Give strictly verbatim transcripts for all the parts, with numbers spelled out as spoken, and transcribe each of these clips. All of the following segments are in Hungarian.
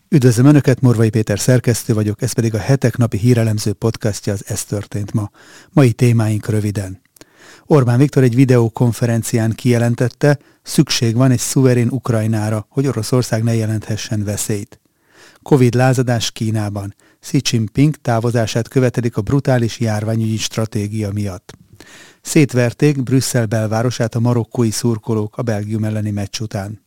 Üdvözlöm Önöket, Morvai Péter szerkesztő vagyok, ez pedig a Hetek napi hírelemző podcastja, az Ez történt ma. Mai témáink röviden. Orbán Viktor egy videokonferencián kijelentette, szükség van egy szuverén Ukrajnára, hogy Oroszország ne jelenthessen veszélyt. Covid lázadás Kínában. Xi Jinping távozását követelik a brutális járványügyi stratégia miatt. Szétverték Brüsszel belvárosát a marokkói szurkolók a Belgium elleni meccs után.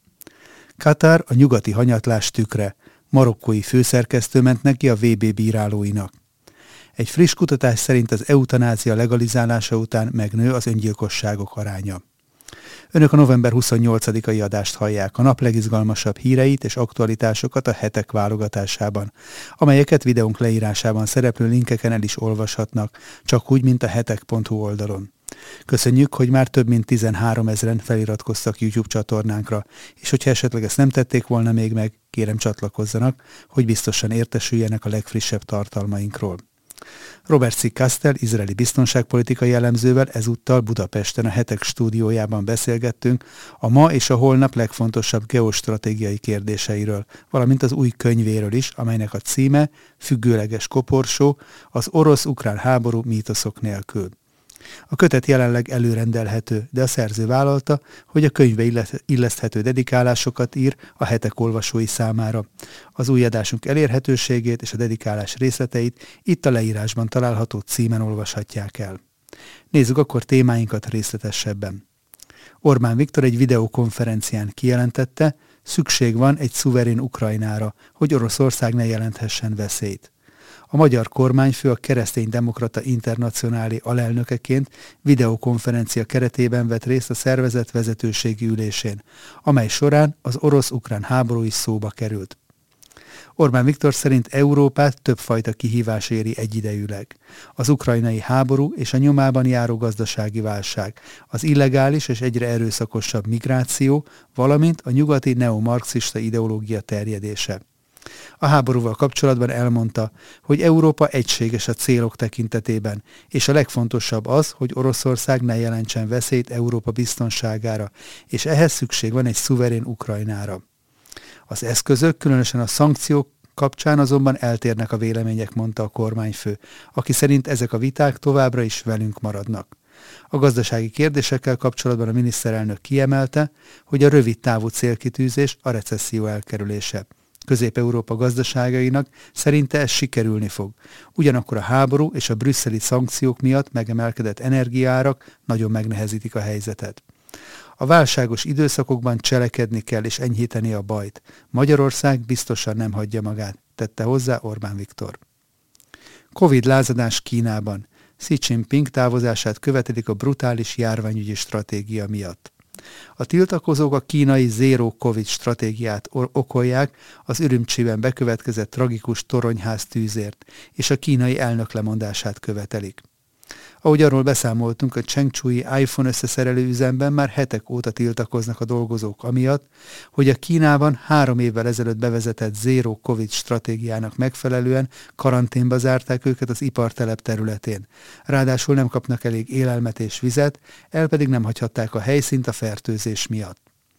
Katar a nyugati hanyatlás tükre. Marokkói főszerkesztő ment neki a vé bé bírálóinak. Egy friss kutatás szerint az eutanázia legalizálása után megnő az öngyilkosságok aránya. Önök a november huszonnyolcadikai adást hallják, a nap legizgalmasabb híreit és aktualitásokat a Hetek válogatásában, amelyeket videónk leírásában szereplő linkeken el is olvashatnak, csak úgy, mint a hetek pont hu oldalon. Köszönjük, hogy már több mint tizenháromezren feliratkoztak YouTube csatornánkra, és hogyha esetleg ezt nem tették volna még meg, kérem csatlakozzanak, hogy biztosan értesüljenek a legfrissebb tartalmainkról. Robert C. Kastel, izraeli biztonságpolitikai elemzővel ezúttal Budapesten a Hetek stúdiójában beszélgettünk a ma és a holnap legfontosabb geostratégiai kérdéseiről, valamint az új könyvéről is, amelynek a címe Függőleges koporsó, az orosz-ukrán háború mítoszok nélkül. A kötet jelenleg előrendelhető, de a szerző vállalta, hogy a könyvbe illeszthető dedikálásokat ír a Hetek olvasói számára. Az új adásunk elérhetőségét és a dedikálás részleteit itt a leírásban található címen olvashatják el. Nézzük akkor témáinkat részletesebben. Orbán Viktor egy videokonferencián kijelentette, szükség van egy szuverén Ukrajnára, hogy Oroszország ne jelenthessen veszélyt. A magyar kormányfő a Kereszténydemokrata Internacionálé alelnökeként videokonferencia keretében vett részt a szervezet vezetőségi ülésén, amely során az orosz-ukrán háború is szóba került. Orbán Viktor szerint Európát többfajta kihívás éri egyidejűleg. Az ukrajnai háború és a nyomában járó gazdasági válság, az illegális és egyre erőszakosabb migráció, valamint a nyugati neomarxista ideológia terjedése. A háborúval kapcsolatban elmondta, hogy Európa egységes a célok tekintetében, és a legfontosabb az, hogy Oroszország ne jelentsen veszélyt Európa biztonságára, és ehhez szükség van egy szuverén Ukrajnára. Az eszközök, különösen a szankciók kapcsán azonban eltérnek a vélemények, mondta a kormányfő, aki szerint ezek a viták továbbra is velünk maradnak. A gazdasági kérdésekkel kapcsolatban a miniszterelnök kiemelte, hogy a rövid távú célkitűzés a recesszió elkerülése. Közép-Európa gazdaságainak szerinte ez sikerülni fog. Ugyanakkor a háború és a brüsszeli szankciók miatt megemelkedett energiaárak nagyon megnehezítik a helyzetet. A válságos időszakokban cselekedni kell és enyhíteni a bajt. Magyarország biztosan nem hagyja magát, tette hozzá Orbán Viktor. Covid lázadás Kínában. Xi Jinping távozását követelik a brutális járványügyi stratégia miatt. A tiltakozók a kínai zero covid stratégiát okolják az Ürümcsiben bekövetkezett tragikus toronyház tűzért, és a kínai elnök lemondását követelik. Ahogy arról beszámoltunk, a Chengchui iPhone összeszerelő üzemben már hetek óta tiltakoznak a dolgozók amiatt, hogy a Kínában három évvel ezelőtt bevezetett zero covid stratégiának megfelelően karanténba zárták őket az ipartelep területén. Ráadásul nem kapnak elég élelmet és vizet, el pedig nem hagyhatták a helyszínt a fertőzés miatt.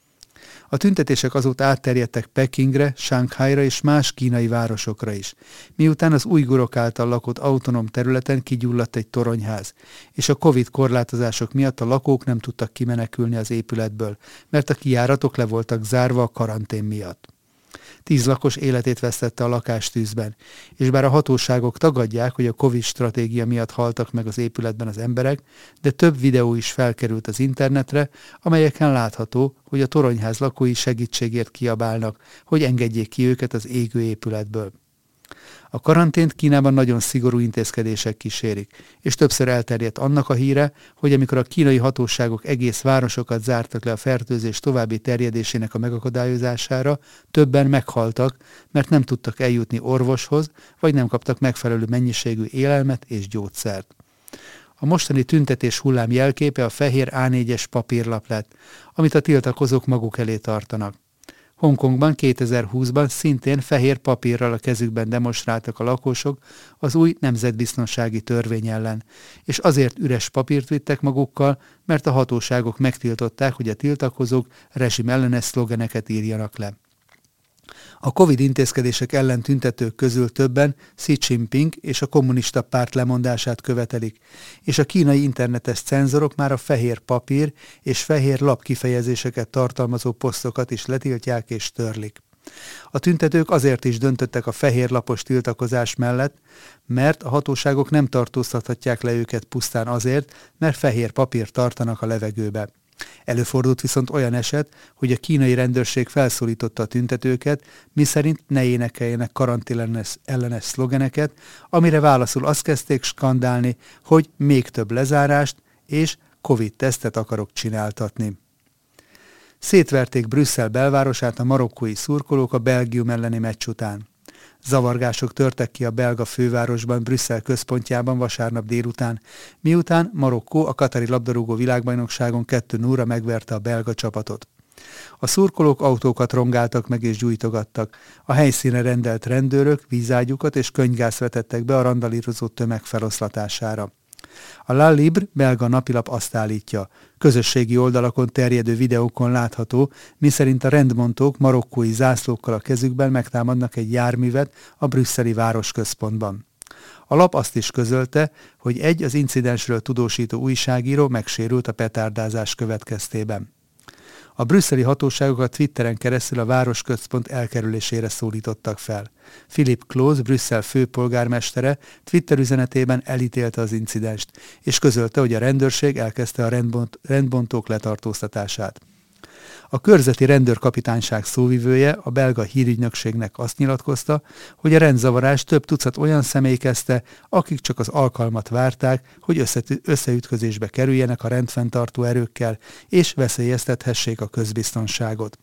A tüntetések azóta átterjedtek Pekingre, Shanghai-ra és más kínai városokra is, miután az ujgurok által lakott autonóm területen kigyulladt egy toronyház, és a Covid korlátozások miatt a lakók nem tudtak kimenekülni az épületből, mert a kijáratok le voltak zárva a karantén miatt. Tíz lakos életét vesztette a lakástűzben, és bár a hatóságok tagadják, hogy a Covid stratégia miatt haltak meg az épületben az emberek, de több videó is felkerült az internetre, amelyeken látható, hogy a toronyház lakói segítségért kiabálnak, hogy engedjék ki őket az égő épületből. A karantént Kínában nagyon szigorú intézkedések kísérik, és többször elterjedt annak a híre, hogy amikor a kínai hatóságok egész városokat zártak le a fertőzés további terjedésének a megakadályozására, többen meghaltak, mert nem tudtak eljutni orvoshoz, vagy nem kaptak megfelelő mennyiségű élelmet és gyógyszert. A mostani tüntetés hullám jelképe a fehér á négyes papírlap lett, amit a tiltakozók maguk elé tartanak. Hongkongban kétezer-húszban szintén fehér papírral a kezükben demonstráltak a lakosok az új nemzetbiztonsági törvény ellen, és azért üres papírt vittek magukkal, mert a hatóságok megtiltották, hogy a tiltakozók rezsimellenes szlogeneket írjanak le. A Covid intézkedések ellen tüntetők közül többen Xi Jinping és a kommunista párt lemondását követelik, és a kínai internetes cenzorok már a fehér papír és fehér lap kifejezéseket tartalmazó posztokat is letiltják és törlik. A tüntetők azért is döntöttek a fehér lapos tiltakozás mellett, mert a hatóságok nem tartóztathatják le őket pusztán azért, mert fehér papírt tartanak a levegőbe. Előfordult viszont olyan eset, hogy a kínai rendőrség felszólította a tüntetőket, miszerint ne énekeljenek karantén ellenes szlogeneket, amire válaszul azt kezdték skandálni, hogy még több lezárást és Covid-tesztet akarok csináltatni. Szétverték Brüsszel belvárosát a marokkói szurkolók a Belgium elleni meccs után. Zavargások törtek ki a belga fővárosban, Brüsszel központjában vasárnap délután, miután Marokkó a katari labdarúgó világbajnokságon kettő nullra megverte a belga csapatot. A szurkolók autókat rongáltak meg és gyújtogattak. A helyszínre rendelt rendőrök vízágyukat és könyvgázt vetettek be a randalírozó tömeg feloszlatására. A La Libre belga napilap azt állítja, közösségi oldalakon terjedő videókon látható, miszerint a rendbontók marokkói zászlókkal a kezükben megtámadnak egy járművet a brüsszeli városközpontban. A lap azt is közölte, hogy egy az incidensről tudósító újságíró megsérült a petárdázás következtében. A brüsszeli hatóságok a Twitteren keresztül a városközpont elkerülésére szólítottak fel. Philippe Close, Brüsszel főpolgármestere Twitter üzenetében elítélte az incidenst, és közölte, hogy a rendőrség elkezdte a rendbont, rendbontók letartóztatását. A körzeti rendőrkapitányság szóvivője a belga hírügynökségnek azt nyilatkozta, hogy a rendzavarás több tucat olyan személy kezdte, akik csak az alkalmat várták, hogy összeütközésbe kerüljenek a rendfenntartó erőkkel, és veszélyeztethessék a közbiztonságot.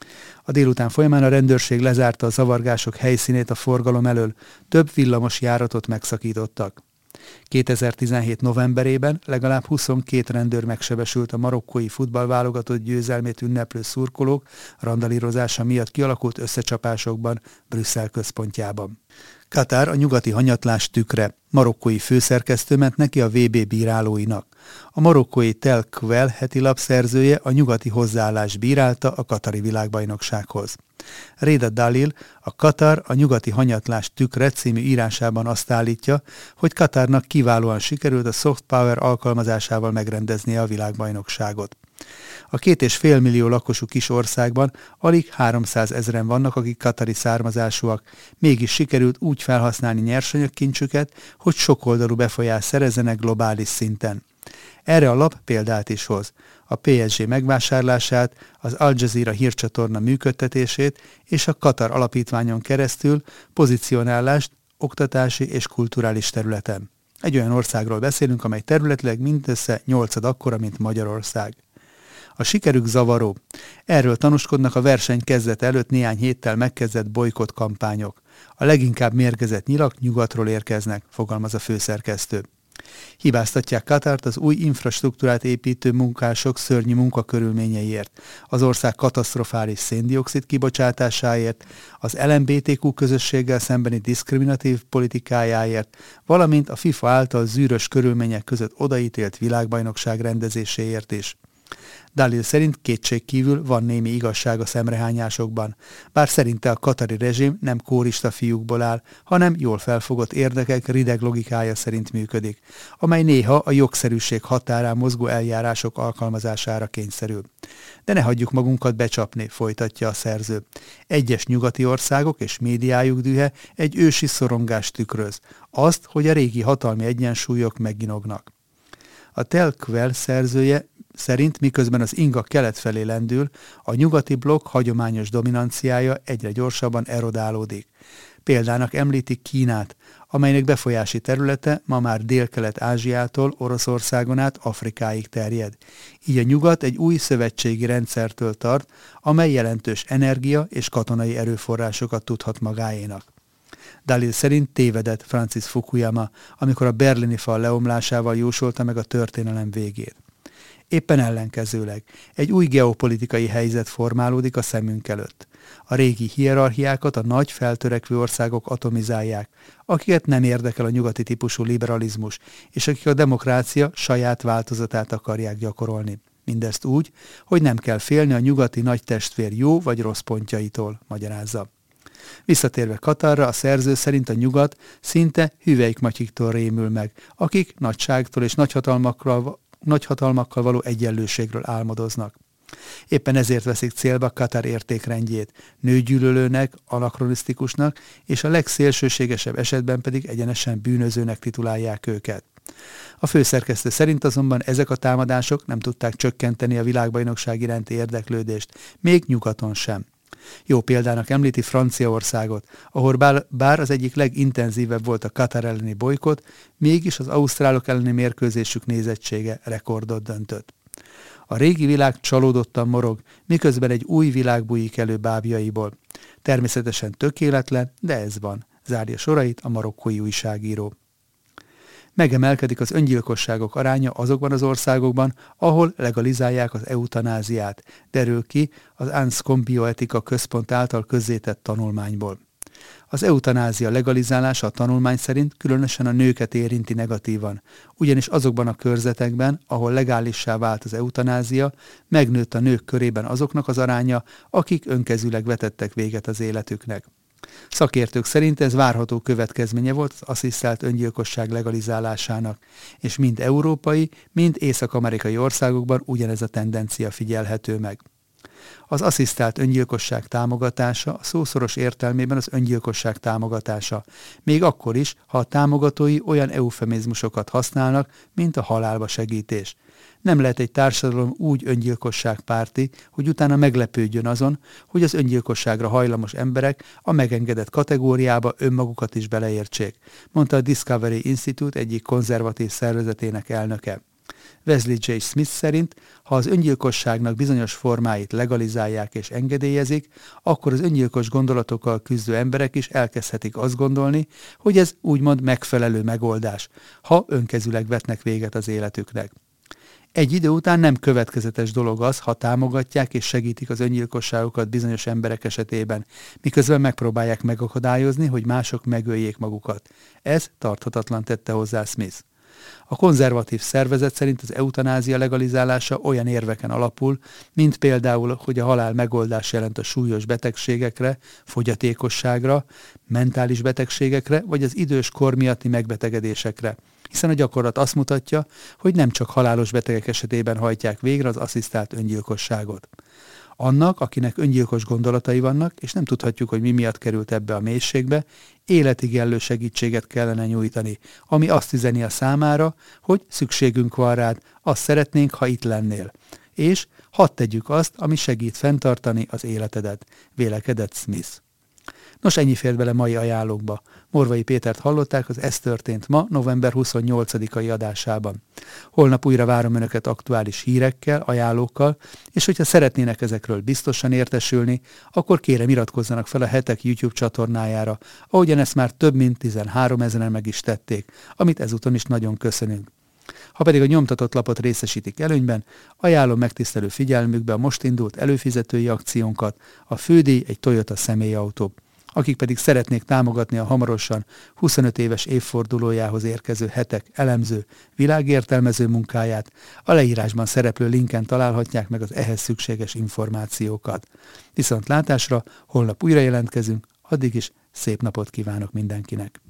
A délután folyamán a rendőrség lezárta a zavargások helyszínét a forgalom elől, több villamos járatot megszakítottak. kétezer-tizenhét novemberében legalább huszonkét rendőr megsebesült a marokkói futballválogatott győzelmét ünneplő szurkolók randalírozása miatt kialakult összecsapásokban Brüsszel központjában. Katar a nyugati hanyatlás tükre. Marokkói főszerkesztő ment neki a vé bé bírálóinak. A marokkói Tel Quel heti lap szerzője a nyugati hozzáállást bírálta a katari világbajnoksághoz. Reda Dalil a Katar a nyugati hanyatlás tükre című írásában azt állítja, hogy Katarnak kiválóan sikerült a soft power alkalmazásával megrendeznie a világbajnokságot. A két és fél millió lakosú kis országban alig háromszázezren vannak, akik katari származásúak, mégis sikerült úgy felhasználni nyersanyagkincsüket, hogy sokoldalú befolyást szerezzenek globális szinten. Erre a lap példát is hoz. A pé es gé megvásárlását, az Al Jazeera hírcsatorna működtetését és a Katar alapítványon keresztül pozícionálást oktatási és kulturális területen. Egy olyan országról beszélünk, amely területileg mindössze nyolcad akkora, mint Magyarország. A sikerük zavaró. Erről tanúskodnak a verseny kezdete előtt néhány héttel megkezdett bojkott kampányok. A leginkább mérgezett nyilak nyugatról érkeznek, fogalmaz a főszerkesztő. Hibáztatják Katart az új infrastruktúrát építő munkások szörnyű munkakörülményeiért, az ország katasztrofális széndioxid kibocsátásáért, az el em bé té kú közösséggel szembeni diszkriminatív politikájáért, valamint a FIFA által zűrös körülmények között odaítélt világbajnokság rendezéséért is. Dalil szerint kétségkívül van némi igazság a szemrehányásokban, bár szerinte a katari rezsim nem kórista fiúkból áll, hanem jól felfogott érdekek rideg logikája szerint működik, amely néha a jogszerűség határán mozgó eljárások alkalmazására kényszerül. De ne hagyjuk magunkat becsapni, folytatja a szerző. Egyes nyugati országok és médiájuk dühe egy ősi szorongást tükröz, azt, hogy a régi hatalmi egyensúlyok megginognak. A Tel Quel szerzője szerint miközben az inga kelet felé lendül, a nyugati blokk hagyományos dominanciája egyre gyorsabban erodálódik. Példának említik Kínát, amelynek befolyási területe ma már Délkelet-Ázsiától Oroszországon át Afrikáig terjed. Így a nyugat egy új szövetségi rendszertől tart, amely jelentős energia és katonai erőforrásokat tudhat magáénak. Dalil szerint tévedett Francis Fukuyama, amikor a berlini fal leomlásával jósolta meg a történelem végét. Éppen ellenkezőleg egy új geopolitikai helyzet formálódik a szemünk előtt. A régi hierarchiákat a nagy feltörekvő országok atomizálják, akiket nem érdekel a nyugati típusú liberalizmus, és akik a demokrácia saját változatát akarják gyakorolni. Mindezt úgy, hogy nem kell félni a nyugati nagy testvér jó vagy rossz pontjaitól, magyarázza. Visszatérve Katarra, a szerző szerint a nyugat szinte hüvelykmatyiktól rémül meg, akik nagyságtól és nagyhatalmakkal, nagyhatalmakkal való egyenlőségről álmodoznak. Éppen ezért veszik célba Katar értékrendjét, nőgyűlölőnek, anakronisztikusnak, és a legszélsőségesebb esetben pedig egyenesen bűnözőnek titulálják őket. A főszerkesztő szerint azonban ezek a támadások nem tudták csökkenteni a világbajnokság iránti érdeklődést, még nyugaton sem. Jó példának említi Franciaországot, ahol bár, bár az egyik legintenzívebb volt a Katar elleni bolykott, mégis az ausztrálok elleni mérkőzésük nézettsége rekordot döntött. A régi világ csalódottan morog, miközben egy új világ bújik elő bábjaiból. Természetesen tökéletlen, de ez van, zárja sorait a marokkói újságíró. Megemelkedik az öngyilkosságok aránya azokban az országokban, ahol legalizálják az eutanáziát, derül ki az Anscombe Bioetika Központ által közzétett tanulmányból. Az eutanázia legalizálása a tanulmány szerint különösen a nőket érinti negatívan, ugyanis azokban a körzetekben, ahol legálissá vált az eutanázia, megnőtt a nők körében azoknak az aránya, akik önkezűleg vetettek véget az életüknek. Szakértők szerint ez várható következménye volt az asszisztált öngyilkosság legalizálásának, és mind európai, mind észak-amerikai országokban ugyanez a tendencia figyelhető meg. Az asszisztált öngyilkosság támogatása a szószoros értelmében az öngyilkosság támogatása, még akkor is, ha a támogatói olyan eufemizmusokat használnak, mint a halálba segítés. Nem lehet egy társadalom úgy öngyilkosságpárti, hogy utána meglepődjön azon, hogy az öngyilkosságra hajlamos emberek a megengedett kategóriába önmagukat is beleértsék, mondta a Discovery Institute egyik konzervatív szervezetének elnöke. Wesley J. Smith szerint, ha az öngyilkosságnak bizonyos formáit legalizálják és engedélyezik, akkor az öngyilkos gondolatokkal küzdő emberek is elkezdhetik azt gondolni, hogy ez úgymond megfelelő megoldás, ha önkezűleg vetnek véget az életüknek. Egy idő után nem következetes dolog az, ha támogatják és segítik az öngyilkosságokat bizonyos emberek esetében, miközben megpróbálják megakadályozni, hogy mások megöljék magukat. Ez tarthatatlan, tette hozzá Smith. A konzervatív szervezet szerint az eutanázia legalizálása olyan érveken alapul, mint például, hogy a halál megoldás jelent a súlyos betegségekre, fogyatékosságra, mentális betegségekre vagy az idős kor miatti megbetegedésekre, hiszen a gyakorlat azt mutatja, hogy nem csak halálos betegek esetében hajtják végre az asszisztált öngyilkosságot. Annak, akinek öngyilkos gondolatai vannak, és nem tudhatjuk, hogy mi miatt került ebbe a mélységbe, életigenlő segítséget kellene nyújtani, ami azt üzeni a számára, hogy szükségünk van rád, azt szeretnénk, ha itt lennél. És hadd tegyük azt, ami segít fenntartani az életedet, vélekedett Smith. Nos, ennyi fért bele mai ajánlókba. Morvai Pétert hallották az Ez történt ma, november huszonnyolcadikai adásában. Holnap újra várom Önöket aktuális hírekkel, ajánlókkal, és hogyha szeretnének ezekről biztosan értesülni, akkor kérem iratkozzanak fel a Hetek YouTube csatornájára, ahogyan ezt már több mint tizenháromezren meg is tették, amit ezúton is nagyon köszönünk. Ha pedig a nyomtatott lapot részesítik előnyben, ajánlom megtisztelő figyelmükbe a most indult előfizetői akciónkat, a fődíj egy Toyota személyautó. Akik pedig szeretnék támogatni a hamarosan huszonöt éves évfordulójához érkező Hetek elemző, világértelmező munkáját, a leírásban szereplő linken találhatják meg az ehhez szükséges információkat. Viszont látásra holnap újra jelentkezünk, addig is szép napot kívánok mindenkinek!